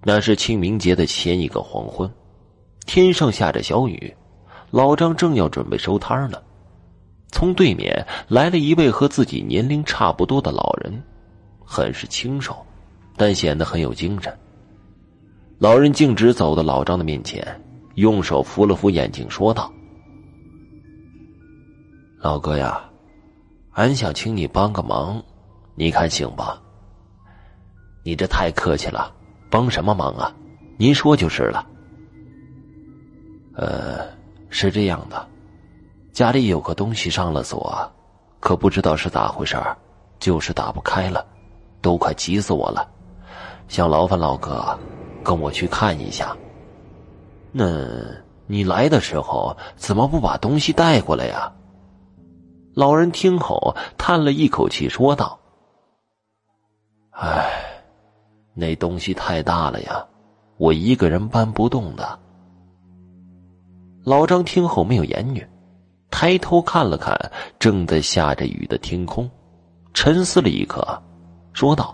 那是清明节的前一个黄昏，天上下着小雨，老张正要准备收摊了。从对面来了一位和自己年龄差不多的老人，很是清瘦，但显得很有精神。老人径直走到老张的面前，用手扶了扶眼睛，说道：“老哥呀，俺想请你帮个忙，你看行吧？”“你这太客气了，帮什么忙啊？您说就是了。”“是这样的，家里有个东西上了锁，可不知道是咋回事，就是打不开了，都快急死我了，想劳烦老哥跟我去看一下。”“那你来的时候怎么不把东西带过来呀？”老人听后叹了一口气，说道：“哎，那东西太大了呀，我一个人搬不动的。”老张听后没有言语，抬头看了看正在下着雨的天空，沉思了一刻，说道：“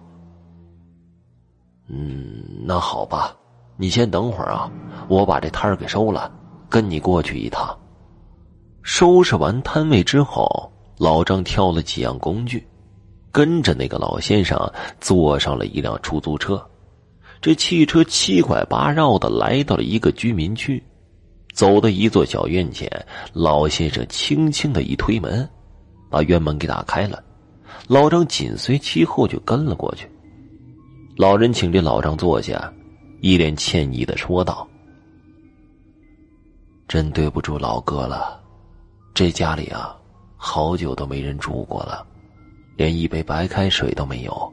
那好吧，你先等会儿啊，我把这摊儿给收了，跟你过去一趟。”收拾完摊位之后，老张挑了几样工具，跟着那个老先生坐上了一辆出租车。这汽车七拐八绕的来到了一个居民区，走到一座小院前，老先生轻轻的一推门，把院门给打开了。老张紧随其后就跟了过去。老人请这老张坐下，一脸歉意的说道：“真对不住老哥了，这家里啊，好久都没人住过了，连一杯白开水都没有。”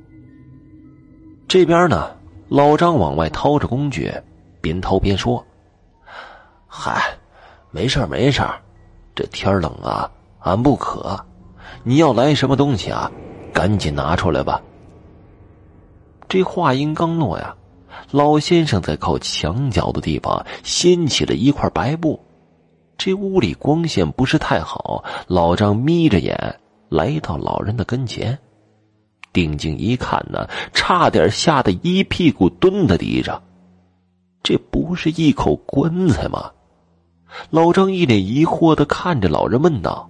这边呢，老张往外掏着工具，边掏边说：“嗨，没事没事，这天冷啊，俺不渴，你要来什么东西啊，赶紧拿出来吧。”这话音刚落呀，老先生在靠墙角的地方掀起了一块白布。这屋里光线不是太好，老张眯着眼来到老人的跟前，定睛一看呢，差点吓得一屁股蹲在地上。这不是一口棺材吗？老张一脸疑惑地看着老人问道：“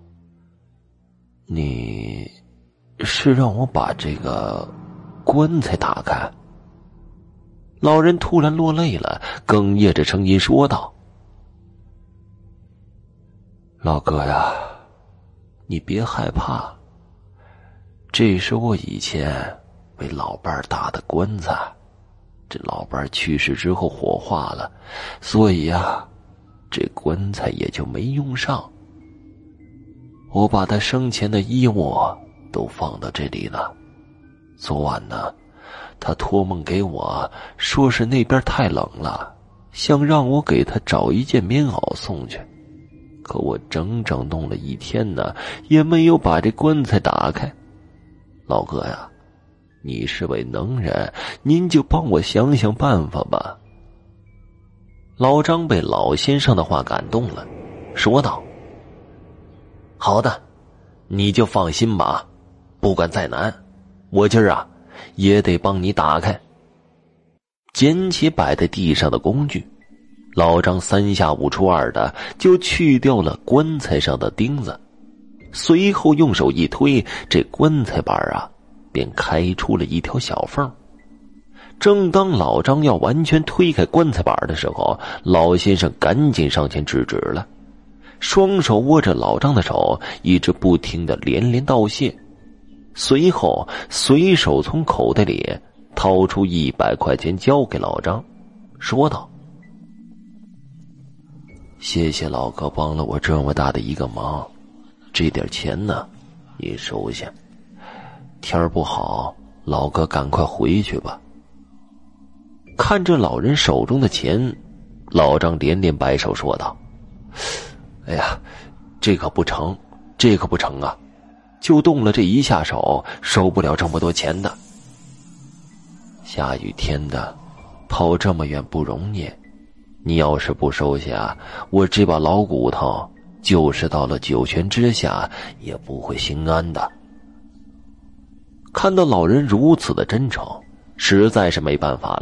你是让我把这个棺材打开？”老人突然落泪了，哽咽着声音说道：“老哥呀，你别害怕，这是我以前为老伴儿打的棺材，这老伴儿去世之后火化了，所以啊，这棺材也就没用上。我把他生前的衣物都放到这里了。昨晚呢，他托梦给我，说是那边太冷了，想让我给他找一件棉袄送去。可我整整弄了一天呢，也没有把这棺材打开。老哥呀，你是位能人，您就帮我想想办法吧。”老张被老先生的话感动了，说道：“好的，你就放心吧，不管再难，我今儿啊也得帮你打开。”捡起摆在地上的工具，老张三下五除二的就去掉了棺材上的钉子，随后用手一推，这棺材板啊便开出了一条小缝。正当老张要完全推开棺材板的时候，老先生赶紧上前制止了，双手握着老张的手，一直不停的连连道谢，随后随手从口袋里掏出100块钱交给老张，说道：“谢谢老哥帮了我这么大的一个忙，这点钱呢，你收下。天儿不好，老哥赶快回去吧。”看着老人手中的钱，老张连连摆手说道：“哎呀，这可不成，这可不成啊！就动了这一下手，收不了这么多钱的。下雨天的，跑这么远不容易，你要是不收下，我这把老骨头就是到了九泉之下也不会心安的。”看到老人如此的真诚，实在是没办法了，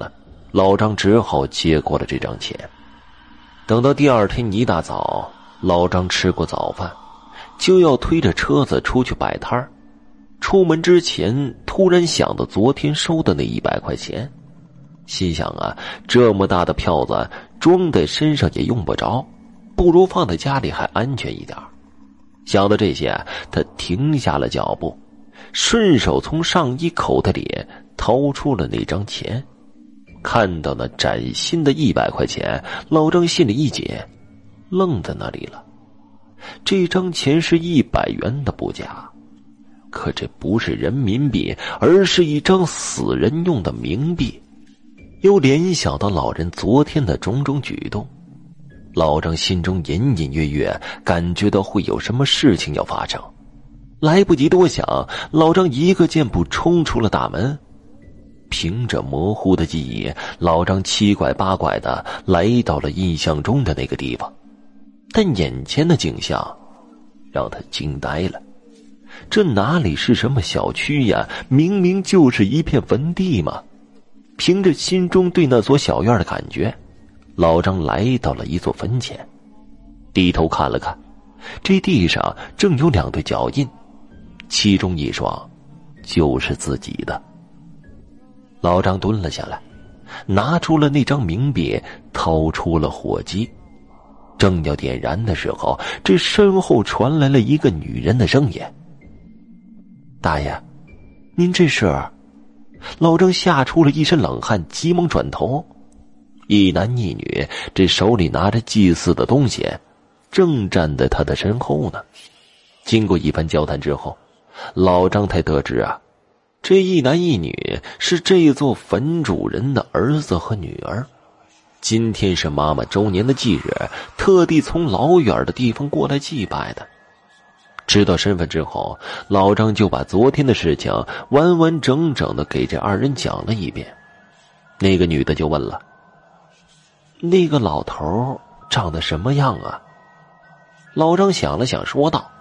老张只好接过了这张钱。等到第二天一大早，老张吃过早饭，就要推着车子出去摆摊儿。出门之前突然想到昨天收的那100块钱，心想啊，这么大的票子装在身上也用不着，不如放在家里还安全一点。想到这些，他停下了脚步，顺手从上衣口袋里掏出了那张钱。看到那崭新的100块钱，老张心里一紧，愣在那里了。这张钱是100元的不假，可这不是人民币，而是一张死人用的冥币。又联想到老人昨天的种种举动，老张心中隐隐约约感觉到会有什么事情要发生。来不及多想，老张一个箭步冲出了大门。凭着模糊的记忆，老张七拐八拐的来到了印象中的那个地方，但眼前的景象让他惊呆了。这哪里是什么小区呀，明明就是一片坟地嘛。凭着心中对那所小院的感觉，老张来到了一座坟前，低头看了看，这地上正有2对脚印，其中一双就是自己的。老张蹲了下来，拿出了那张冥币，掏出了火机，正要点燃的时候，这身后传来了一个女人的声音：“大爷，您这是？”老张吓出了一身冷汗，急忙转头，一男一女，这手里拿着祭祀的东西，正站在他的身后呢。经过一番交谈之后，老张才得知啊，这一男一女是这座坟主人的儿子和女儿。今天是妈妈周年的忌日，特地从老远的地方过来祭拜的。知道身份之后，老张就把昨天的事情完完整整的给这2人讲了一遍。那个女的就问了：“那个老头长得什么样啊？”老张想了想说道：“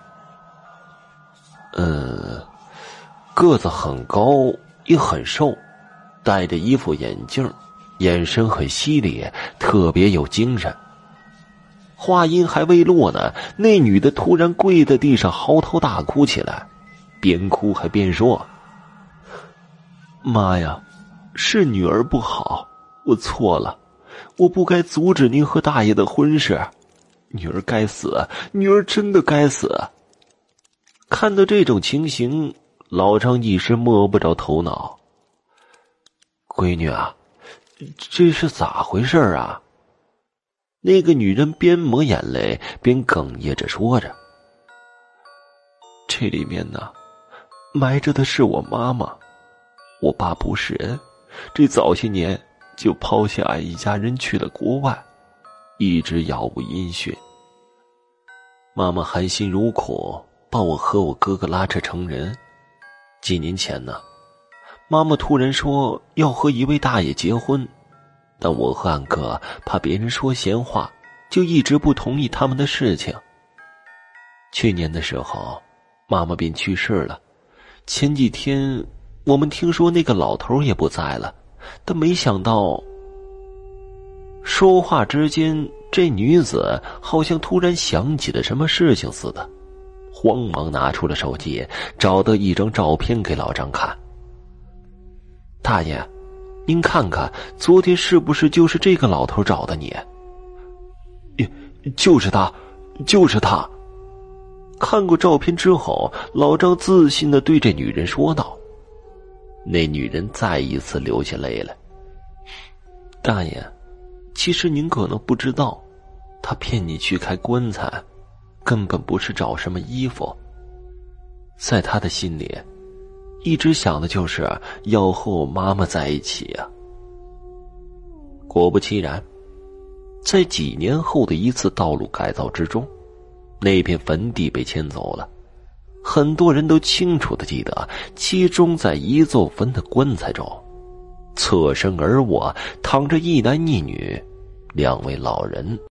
个子很高，也很瘦，戴着一副眼镜，眼神很犀利，特别有精神。”话音还未落呢，那女的突然跪在地上嚎啕大哭起来，边哭还边说：“妈呀，是女儿不好，我错了，我不该阻止您和大爷的婚事，女儿该死，女儿真的该死。”看到这种情形，老张一时摸不着头脑。“闺女啊，这是咋回事啊？”那个女人边抹眼泪边哽咽着说着：“这里面呢，埋着的是我妈妈。我爸不是人，这早些年就抛下俺一家人去了国外，一直杳无音讯。妈妈含辛茹苦把我和我哥哥拉扯成人。几年前呢，妈妈突然说要和一位大爷结婚，但我和俺哥怕别人说闲话，就一直不同意他们的事情。去年的时候，妈妈便去世了。前几天我们听说那个老头也不在了，但没想到……”说话之间，这女子好像突然想起了什么事情似的，慌忙拿出了手机，找到一张照片给老张看。“大爷，您看看，昨天是不是就是这个老头找的你？”“就是他，就是他。”看过照片之后，老张自信地对这女人说道。那女人再一次流下泪来。“大爷，其实您可能不知道，他骗你去开棺材，根本不是找什么衣服。在他的心里，一直想的就是要和我妈妈在一起啊。”果不其然，在几年后的一次道路改造之中，那片坟地被迁走了。很多人都清楚地记得，其中在一座坟的棺材中，侧身而卧躺着一男一女2位老人。